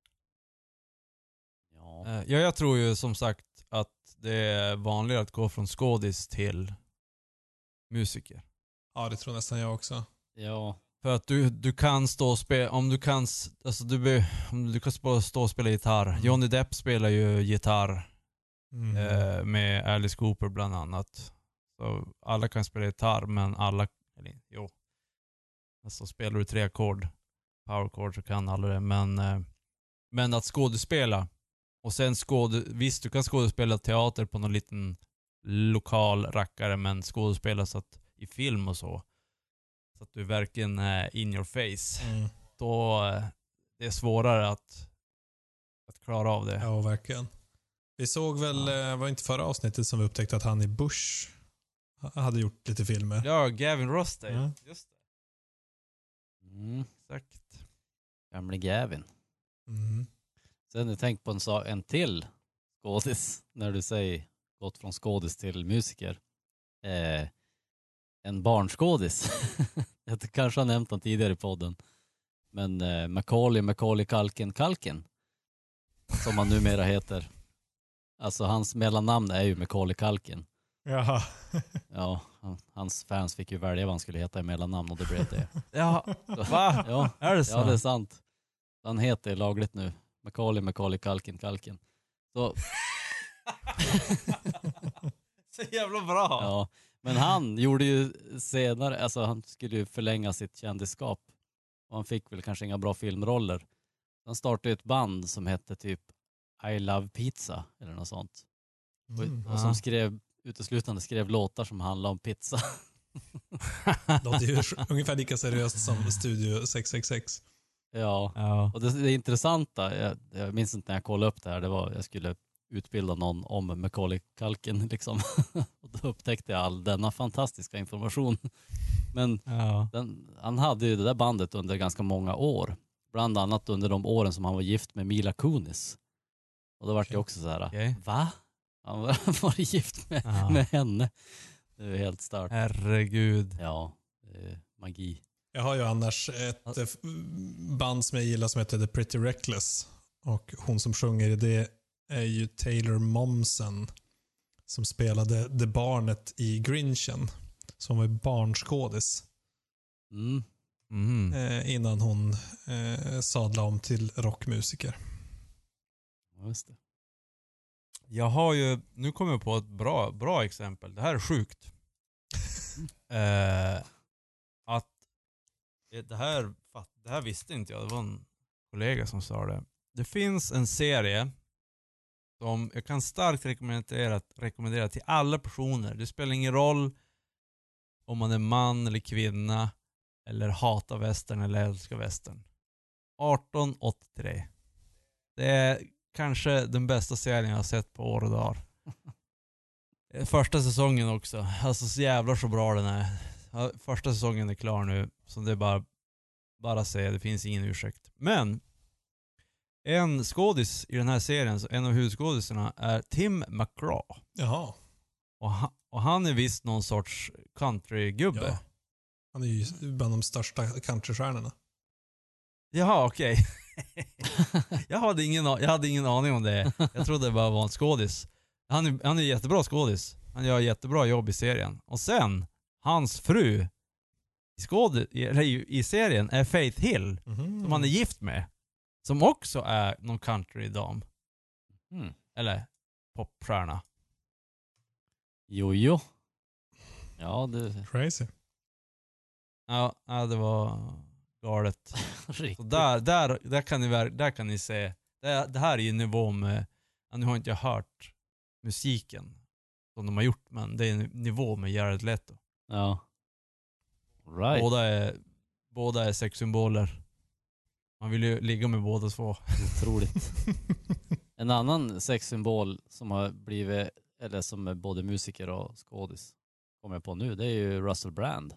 Ja. Eh, Ja, jag tror ju som sagt att det är vanligare att gå från skådis till musiker. Ja, det tror nästan jag också. Ja. För att du, du kan stå och spela, om du kan, s- alltså du, be, om du kan spå- stå och spela gitarr. Mm. Johnny Depp spelar ju gitarr Mm. eh, med Alice Cooper bland annat. Så alla kan spela gitarr, men alla, eller jo. Alltså spelar du tre ackord, power chord, så kan alla det. Men, eh, men att skådespela och sen skåde, visst du kan skådespela teater på någon liten lokal rackare, men skådespela så att, i film och så. Så att du verkligen är in your face. Mm. Då eh, det är svårare att, att klara av det. Ja, verkligen. Vi såg väl, Ja. eh, var inte förra avsnittet som vi upptäckte att han i Bush ha- hade gjort lite filmer. Ja, Gavin Rossdale. Ja. Just det. Mm. Exakt. Gamle Gavin. Mm. Sen har jag tänkt på en, sa- en till skådis, när du säger gått från skådis till musiker. Eh, en barnskådis. Jag kanske har nämnt den tidigare i podden. Men eh, Macaulay, Macaulay Culkin Culkin, som han numera heter. Alltså hans mellannamn är ju Macaulay Culkin. Jaha. Ja, han, hans fans fick ju välja vad han skulle heta i mellannamn och det blev det. Ja, Så, va? ja, Är det så? ja, det är sant. Han heter lagligt nu Macaulay, Macaulay, Culkin, Culkin. Så, Så jävla bra. ja. Men han gjorde ju senare, alltså han skulle ju förlänga sitt kändisskap. Och han fick väl kanske inga bra filmroller. Han startade ett band som hette typ I Love Pizza eller något sånt. Mm. Och, och som skrev, uteslutande skrev låtar som handlade om pizza. Det är ju ungefär lika seriöst som Studio sex sex sex. Ja, Ja. och det, det intressanta, jag, jag minns inte när jag kollade upp det här, det var jag skulle utbilda någon om Macaulay Culkin liksom. Och då upptäckte jag all denna fantastiska information. Men Ja. den, han hade ju det där bandet under ganska många år. Bland annat under de åren som han var gift med Mila Kunis. Och då var det också så här, Okej. va? Han var, var gift med, Ja. med henne. Det är helt stört. Herregud. Ja, det är magi. Jag har ju annars ett eh, band som jag gillar som heter The Pretty Reckless. Och hon som sjunger i det är ju Taylor Momsen som spelade det barnet i Grinchen. Som var barnskådis Mm. Mm. eh, innan hon eh, sadlade om till rockmusiker. Ja, just det. Jag har ju, nu kommer jag på ett bra, bra exempel. Det här är sjukt. eh, att det här, det här visste inte jag. Det var en kollega som sa det. Det finns en serie som jag kan starkt rekommendera, rekommendera till alla personer. Det spelar ingen roll om man är man eller kvinna eller hatar västern eller älskar västern. arton åttiotre. Det är kanske den bästa serien jag har sett på år och dagar. Första säsongen också. Alltså så jävlar så bra den är. Första säsongen är klar nu. Så det är bara bara säga, det finns ingen ursäkt. Men en skådis i den här serien, en av huvudskådisarna är Tim McGraw. Jaha. Och han, och han är visst någon sorts countrygubbe. Ja. Han är ju bland de största countrystjärnorna. Jaha, okej. Okay. jag, hade ingen, jag hade ingen aning om det. Jag trodde det bara var en skådis. Han är, han är jättebra skådis. Han gör jättebra jobb i serien. Och sen, hans fru i, skåd, i, i serien är Faith Hill. Mm. Som han är gift med. Som också är någon countrydam. Mm. Eller popstjärna. Jo, jo. Ja, det Crazy. Ja, ja, det var galet. riktigt. Så där, där, där, kan ni, där kan ni se. Det, det här är ju nivå med, ja, nu har inte jag hört musiken som de har gjort, men det är nivå med Jared Leto. Ja. Right. Båda är, båda är sexsymboler. Man vill ju ligga med båda två. Otroligt. En annan sexsymbol som har blivit, eller som är både musiker och skådis, kommer jag på nu, det är ju Russell Brand.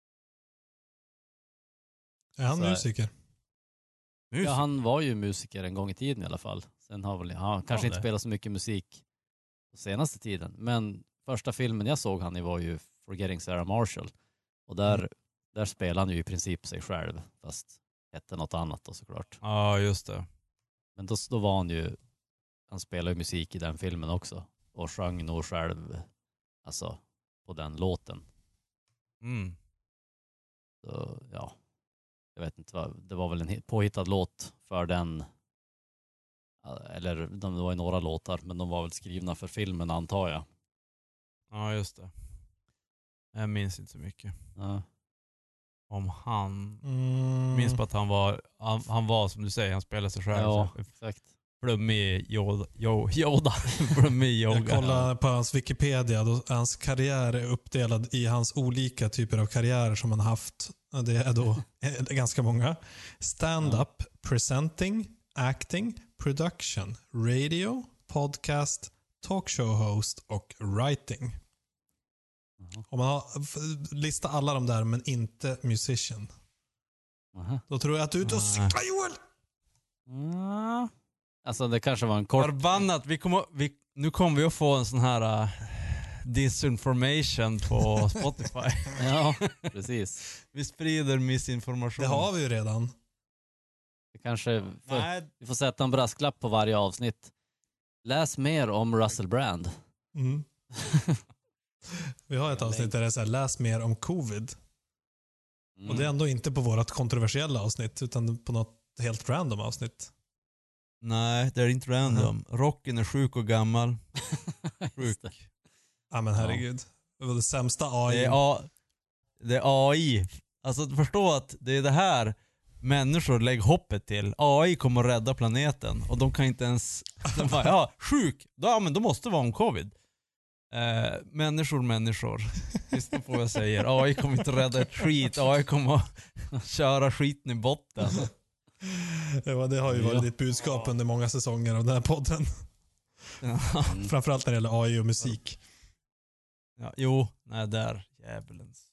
Är han Så här- musiker? Ja, han var ju musiker en gång i tiden i alla fall. Sen har väl, han kanske Ja, inte det. spelat så mycket musik på senaste tiden. Men första filmen jag såg han i var ju Forgetting Sarah Marshall. Och där, Mm. där spelade han ju i princip sig själv, fast hette något annat då såklart. Ja, just det. Men då, då var han ju, han spelade ju musik i den filmen också. Och sjöng nog själv, alltså, på den låten. Mm. Så, ja, jag vet inte vad, det var väl en hit- påhittad låt för den, eller de, det var ju några låtar, men de var väl skrivna för filmen antar jag. Ja, just det. Jag minns inte så mycket Ja. om han. Mm. Minns på att han var, han, han var som du säger, han spelade sig själv. Ja, Så exakt. Flummig Yoda. Jo, Yoda. Flummig Jag yoga. kollar på hans Wikipedia. Då hans karriär är uppdelad i hans olika typer av karriärer som han haft. Och det är då eh, ganska många. Stand-up, presenting, acting, production, radio, podcast, talkshow host och writing. Jaha. Om man har f- lista alla de där men inte musician. Aha. Då tror jag att du är ute och Nej. cyklar, Joel! Mm. Alltså det kanske var en kort... Förbannat, vi kommer, vi, nu kommer vi att få en sån här uh, disinformation på Spotify. Ja, precis. Vi sprider missinformation. Det har vi ju redan. Det kanske... För, Nej, vi får sätta en brasklapp på varje avsnitt. Läs mer om Russell Brand. Mm. Vi har ett avsnitt där det är så här, läs mer om covid. Mm. Och det är ändå inte på vårt kontroversiella avsnitt utan på något helt random avsnitt. Nej, det är inte random. Rocken är sjuk och gammal. Sjuk. det. Ja men herregud. Det var det sämsta A I. Det är, A, det är A I. Alltså förstå att det är det här människor lägger hoppet till. A I kommer att rädda planeten och de kan inte ens... De bara, ja, sjuk. Då, ja, men då måste det vara om covid. Eh, människor, människor. Lyssna på vad jag säger. A I kommer inte rädda ett skit. A I kommer att köra skiten i botten. Ja, det har ju varit Ja. ditt budskap under många säsonger av den här podden. Ja. Mm. Framförallt när det gäller A I och musik. Ja, jo, nej där. Djävulens.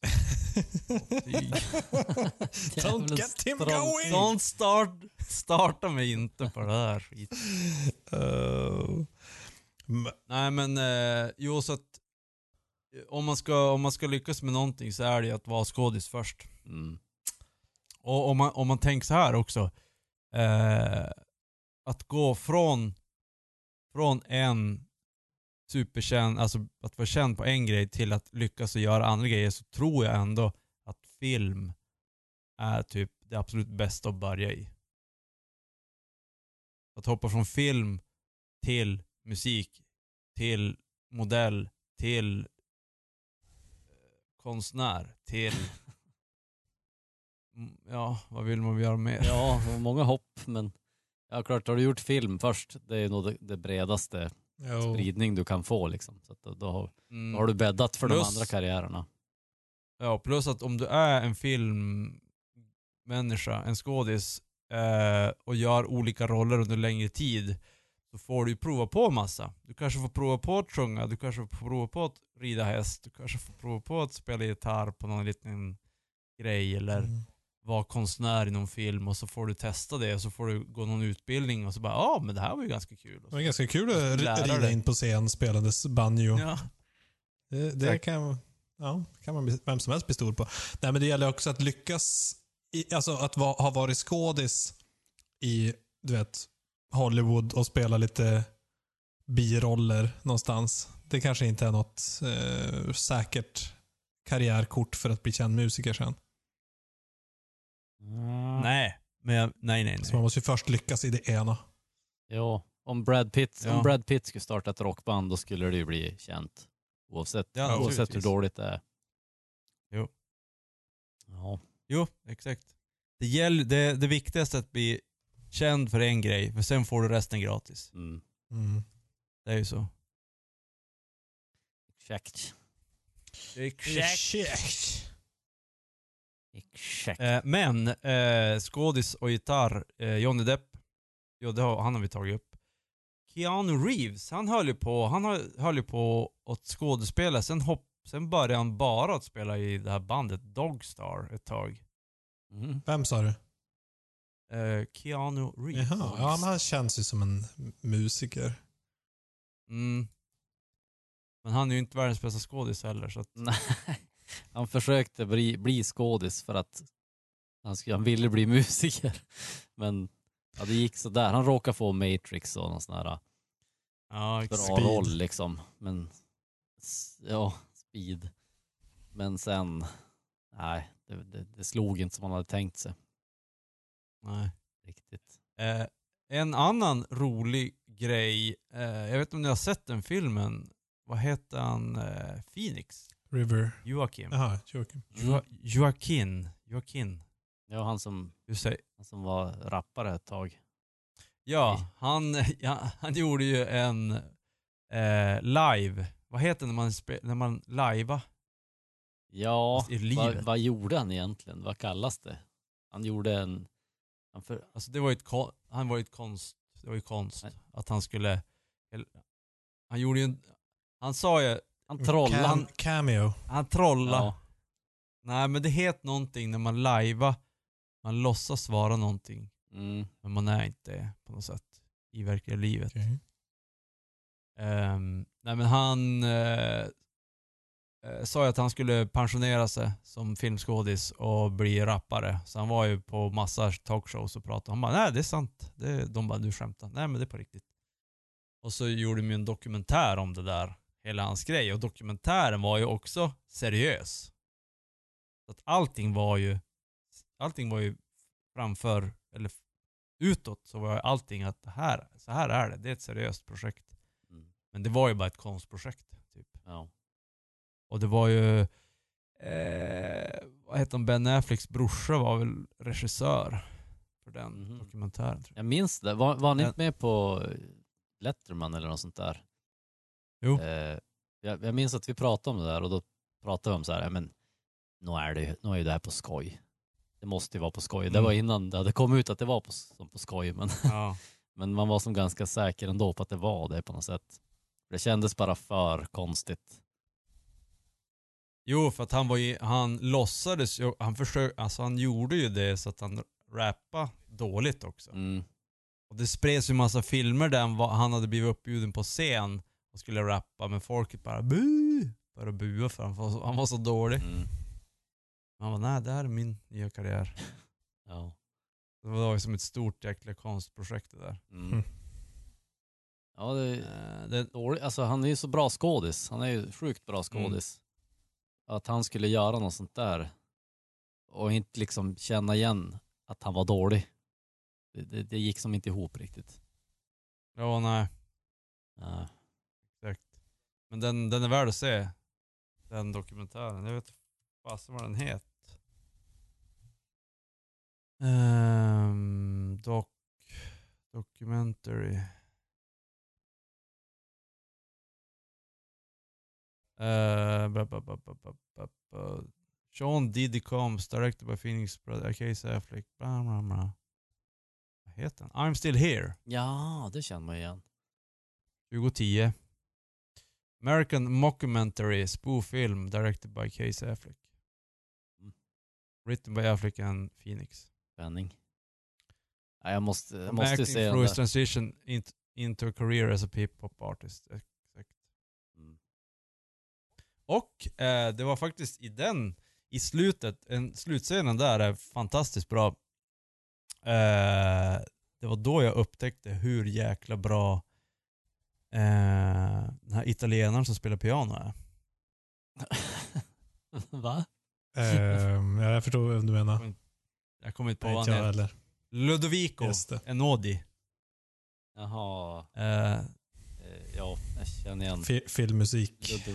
Don't get him Strång- going! Don't start, starta mig inte på det här skit. Uh, m- Nej men, eh, jo så att eh, om man, ska, om man ska lyckas med någonting så är det att vara skådis först. Mm. Och om man, om man tänker så här också. Eh, att gå från, från en superkänd, alltså att vara känd på en grej till att lyckas och göra andra grejer, så tror jag ändå att film är typ det absolut bästa att börja i. Att hoppa från film till musik, till modell, till eh, konstnär, till mm, ja, vad vill man göra mer? Ja, det var många hopp, men ja, klart, har du gjort film först, det är nog det, det bredaste jo. spridning du kan få liksom. Så att då, då, har, Mm. då har du bäddat för Plus- de andra karriärerna. Ja, plus att om du är en filmmänniska, en skådis eh, och gör olika roller under längre tid, så får du ju prova på massa. Du kanske får prova på att sjunga, du kanske får prova på att rida häst, du kanske får prova på att spela gitarr på någon liten grej eller Mm. vara konstnär i någon film, och så får du testa det och så får du gå någon utbildning och så bara, ja men det här var ju ganska kul. Det var ganska kul att Lärare. rida in på scen spelandes banjo. Ja. Det, det Exakt. kan, ja, kan man bli, vem som helst bli stor på. Nej, men det gäller också att lyckas, i, alltså att va, ha varit skådis i, du vet, Hollywood och spela lite biroller någonstans. Det kanske inte är något eh, säkert karriärkort för att bli känd musiker sen. Mm. Nej, men jag, nej nej Så man nej. måste ju först lyckas i det ena. Ja, om Brad Pitt, Ja. om Brad Pitt skulle starta ett rockband, då skulle det ju bli känt. Oavsett, Ja, oavsett hur naturligtvis. dåligt det är. Jo. Ja. Jo, exakt. Det, gäller, det, det viktigaste är att bli känd för en grej, för sen får du resten gratis. Mm. Mm. Det är ju så. Exakt. Exakt. Exakt. Eh, men eh, skådis och gitarr, eh, Johnny Depp, jo, det har, han har vi tagit upp. Keanu Reeves, han höll ju på, han höll, höll ju på att skådespela, sen, hopp, sen började han bara att spela i det här bandet Dogstar ett tag. Mm. Vem sa du? Eh, Keanu Reeves. Jaha, ja, men han känns ju som en musiker. Mm. Men han är ju inte världens bästa skådis heller, så att, Nej, han försökte bli, bli skådis för att han, skulle, han ville bli musiker. Men ja, det gick så där. Han råkade få Matrix och någon sån här ja, bra exakt. Speed. roll liksom. Men s- ja, speed. Men sen, nej, det, det, det slog inte som man hade tänkt sig Nej. riktigt. Eh, en annan rolig grej, eh, jag vet inte om ni har sett den filmen, vad heter han? Eh, Phoenix? River. Joakim? Jaha, Joakim. Jo- Joaquin. Joaquin. Ja, han som, Du säger. han som var rappare ett tag. Ja, han, ja, han gjorde ju en eh, live. Vad heter det när man, spe, när man lajvar? Ja, I livet. vad, vad gjorde han egentligen? Vad kallas det? Han gjorde en... Han för, Alltså det var ju ett, kon- han var ju ett konst. Det var ju konst. Nej. Att han skulle... Han gjorde ju en... Han sa ju... han trollade. Cam- cameo. Han trollade. Ja. Nej men det heter någonting när man lajvar. Man låtsas vara någonting. Mm. Men man är inte det på något sätt. I verkliga livet. Okej. Ehm, nej men han eh, eh, sa ju att han skulle pensionera sig som filmskådis och bli rappare. Så han var ju på massa talkshows och pratade. Han bara, nej det är sant. Det, de bara, du skämtar. Nej men det är på riktigt. Och så gjorde de ju en dokumentär om det där. Hela hans grej. Och dokumentären var ju också seriös. Så att allting var ju allting var ju framför, eller utåt så var allting att det här, så här är det. Det är ett seriöst projekt. Mm. Men det var ju bara ett konstprojekt. Typ. Ja. Och det var ju eh, vad heter han? Ben Afflecks brorsa var väl regissör för den Mhm. dokumentären. Tror jag. Jag minns det. Var, var ni Ja. inte med på Letterman eller något sånt där? Jo. Eh, jag, jag minns att vi pratade om det där och då pratade vi om så här, ja, men nu är det ju nu är ju det här på skoj. Det måste ju vara på skoj. Det Mm. var innan det hade kommit ut att det var på, som på skoj, men, Ja. men man var som ganska säker ändå på att det var det på något sätt. Det kändes bara för konstigt. Jo, för att han var ju, han låtsades ju, han försök, alltså han gjorde ju det så att han rappade dåligt också. Mm. Och det spreds ju massa filmer där han, var, han hade blivit uppbjuden på scen och skulle rappa, men folket bara bu, bara bua för han var, han var så dålig. Mm. Han var nej, det här är min nya karriär. Ja. Det var ju som ett stort jäkla konstprojekt det där. Mm. Mm. Ja, det är Eh, det, dåligt. Alltså, han är ju så bra skådis. Han är ju sjukt bra skådis. Att han skulle göra något sånt där och inte liksom känna igen att han var dålig. Det, det, det gick som inte ihop riktigt. ja, nej. Ja. Exakt. Men den, den är värd att se. Den dokumentären. Jag vet inte fasen vad den heter. Um, doc, documentary. Uh, ba, ba, ba, ba, ba, ba, ba. Sean Diddy Combs, directed by Phoenix Brother, Casey Affleck. Bla, bla, bla. Vad heter den? I'm Still Here. ja, det känner man igen. tjugo tio. American Mockumentary spoof-film directed by Casey Affleck. Mm. Written by Affleck and Phoenix. Spänning. Ja, jag måste, jag From måste acting se den through his där. transition into, into a career as a hip-hop artist. Exakt. Mm. Och eh, det var faktiskt i den, i slutet, en slutscenen där är fantastiskt bra. Eh, det var då jag upptäckte hur jäkla bra eh, den här italienaren som spelar piano är. Va? Ehm, ja, jag förstår vad du menar. Jag kommer inte på Nej, vad inte han jag heter. heller. Ludovico Just det. Einaudi. Jaha. Eh, Eh, ja, jag känner igen. Fi- filmmusik. Ludde-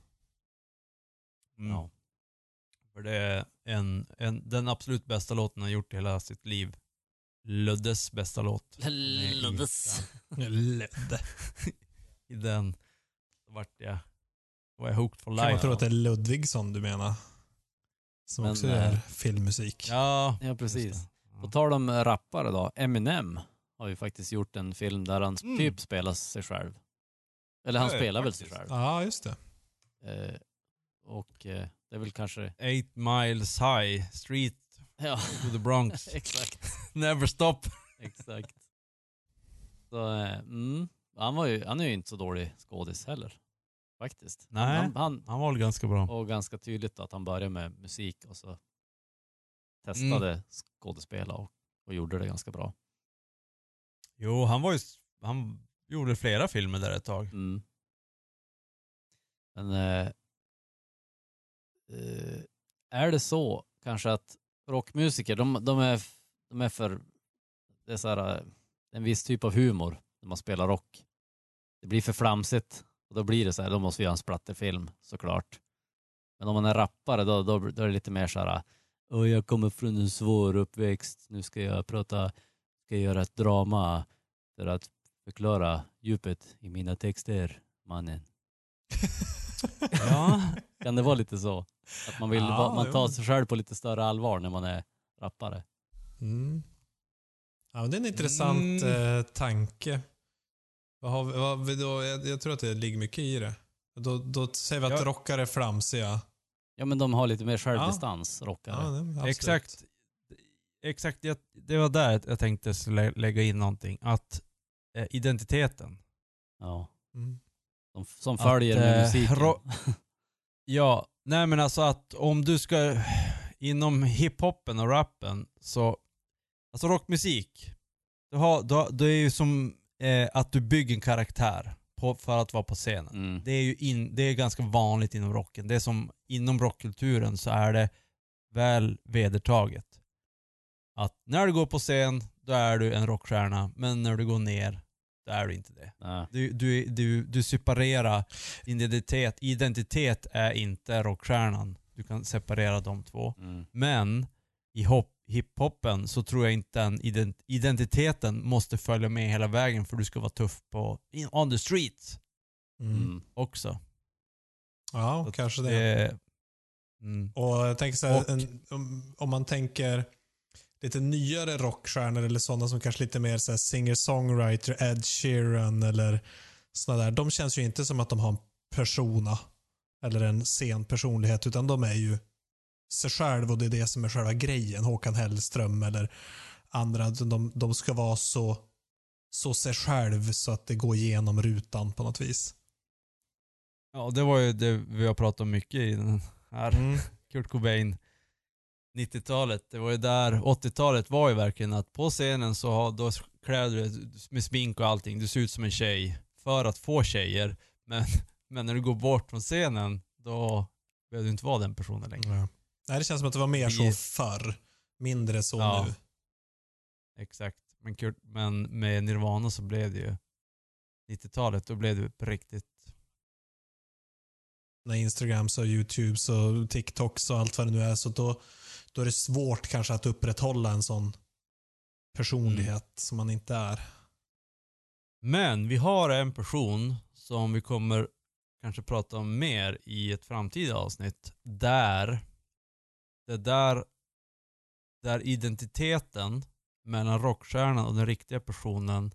mm. Ja. För det är en, en, den absolut bästa låten han gjort i hela sitt liv. Luddes bästa låt. Nej, i Luddes. Ledde. I den så vart jag, var jag hooked for Kan man life. tro att det är Ludvigsson du menar? Som Men, också eh, är filmmusik. Ja, Ja, precis. just det. På tal om rappare då. Eminem har ju faktiskt gjort en film där han Mm. typ spelar sig själv. Eller han Ja, spelar väl faktiskt. sig själv. Ja, just det. Eh, och eh, det är väl kanske... Eight miles high, street Ja, to the Bronx. exakt. Never stop. Exakt. Så, eh, mm, han, var ju, han är ju inte så dålig skådis heller. Faktiskt. Nej. Han, han, Han var väl ganska bra. och ganska tydligt att han började med musik och så testade Mm. skådespela och, och gjorde det ganska bra. Jo, han var ju, han gjorde flera filmer där ett tag. Mm. Men eh, eh, är det så kanske att rockmusiker, de, de, är, de är för, det är så här, eh, en viss typ av humor när man spelar rock. Det blir för flamsigt och då blir det så här, då måste vi göra en splatterfilm såklart. Men om man är rappare då, då, då är det lite mer så här, åh, jag kommer från en svår uppväxt, nu ska jag prata, ska jag göra ett drama för att förklara djupet i mina texter, mannen. Ja, Kan det vara lite så? Att man vill, Ja, va- man tar jo. sig själv på lite större allvar när man är rappare. Mm. Ja, men det är en intressant Mm. eh, tanke. Vad har vi, vad har vi då? Jag, jag tror att det ligger mycket i det. Då, då säger vi att Ja. rockare är flamsiga. Ja, men de har lite mer självdistans, rockare. Ja, det, absolut. exakt. Exakt, jag, det var där jag tänkte lä- lägga in någonting. Att eh, identiteten. Ja. Mm. De, som följer Att, med eh, musiken. ro- Ja, nej men alltså att om du ska inom hiphopen och rappen så, alltså rockmusik, du har, du har, det är ju som eh, att du bygger en karaktär på, för att vara på scenen. Mm. Det är ju in, det är ganska vanligt inom rocken. Det är som inom rockkulturen så är det väl vedertaget att när du går på scen, då är du en rockstjärna. Men när du går ner, då är du inte det. Nej. Du, du, du, du separerar identitet. Identitet är inte rockstjärnan. Du kan separera de två. Mm. Men i hop, hiphopen så tror jag inte den ident- identiteten måste följa med hela vägen för du ska vara tuff på in, on the street Mm. Mm. också. Ja, Så kanske det. det mm. Och jag tänker så här, Och- en, om, om man tänker lite nyare rockstjärnor eller sådana som kanske lite mer så här singer-songwriter, Ed Sheeran eller sådana där. De känns ju inte som att de har en persona eller en scen personlighet utan de är ju sig själv och det är det som är själva grejen. Håkan Hellström eller andra. De, de ska vara så, så sig själv så att det går igenom rutan på något vis. Ja, det var ju det vi har pratat om mycket i den här Mm. Kurt Cobain nittiotalet. Det var ju där, åttiotalet var ju verkligen att på scenen så har då kläder du med smink och allting. Du ser ut som en tjej för att få tjejer. Men, men när du går bort från scenen då behöver du inte vara den personen längre. Ja. Nej, det känns som att det var mer så Vi- förr. Mindre så Ja. nu. Exakt. Men, Kurt, men med Nirvana så blev det ju nittiotalet, då blev det på riktigt. När Instagrams och YouTubes och TikToks och allt vad det nu är så då, då är det svårt kanske att upprätthålla en sån personlighet Mm. som man inte är. Men vi har en person som vi kommer kanske prata om mer i ett framtida avsnitt. Där det där där identiteten mellan rockstjärnan och den riktiga personen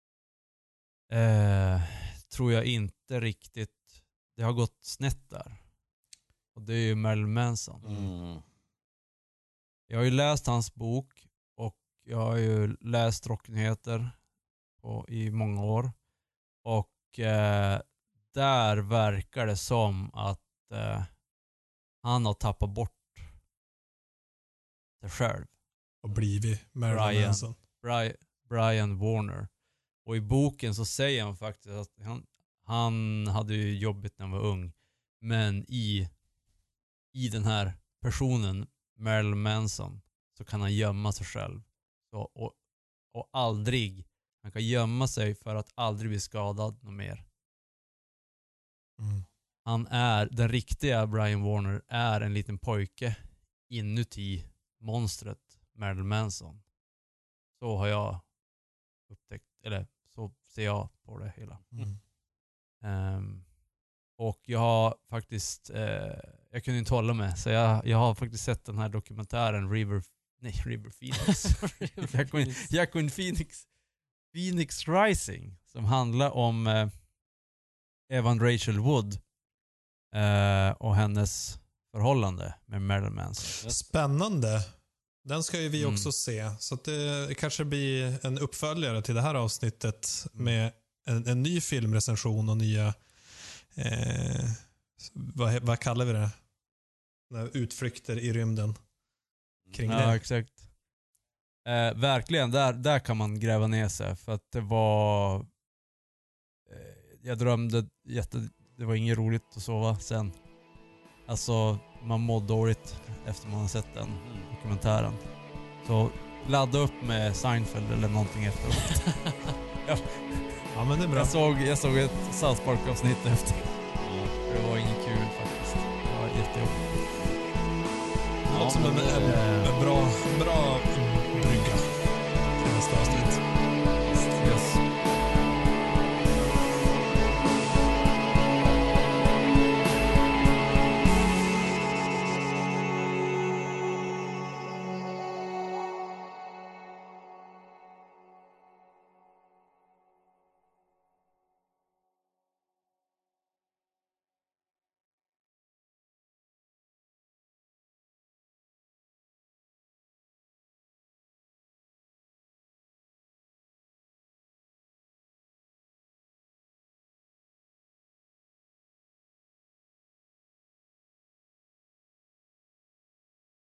eh, tror jag inte riktigt det har gått snett där. Och det är ju Marilyn Manson. Mm. Jag har ju läst hans bok och jag har ju läst rocknyheter på, i många år. Och eh, där verkar det som att eh, han har tappat bort sig själv. Och blivit Marilyn Brian. Manson. Brian, Brian Warner. Och i boken så säger han faktiskt att han, han hade ju jobbigt när han var ung. Men i, i den här personen, Marilyn Manson, så kan han gömma sig själv. Så, och, och aldrig, han kan gömma sig för att aldrig bli skadad något mer. Mm. Han är, den riktiga Brian Warner är en liten pojke inuti monstret Marilyn Manson. Så har jag upptäckt, eller så ser jag på det hela. Mm. Um, och jag har faktiskt, eh, jag kunde inte hålla mig, så jag, jag har faktiskt sett den här dokumentären River, nej River Phoenix. Jacqueline, Jacqueline Phoenix, Phoenix Rising, som handlar om eh, Evan Rachel Wood eh, och hennes förhållande med Marilyn Manson. Spännande. Den ska ju vi Mm. också se. Så att det kanske blir en uppföljare till det här avsnittet med en, en ny filmrecension och nya eh, vad, vad kallar vi det? När utflykter i rymden kring Ja, det. exakt. Eh, verkligen, där, där kan man gräva ner sig för att det var eh, jag drömde jätte, det var inget roligt att sova sen. Alltså, man mår dåligt efter man har sett den dokumentären. Så ladda upp med Seinfeld eller någonting efteråt. ja. Ja, men det är bra. jag, såg, jag såg ett South Park-avsnitt efter. Det var inget kul faktiskt. Det var jättejobbigt. Det låter som en, men det- en, en bra, bra brygga till nästa avsnitt.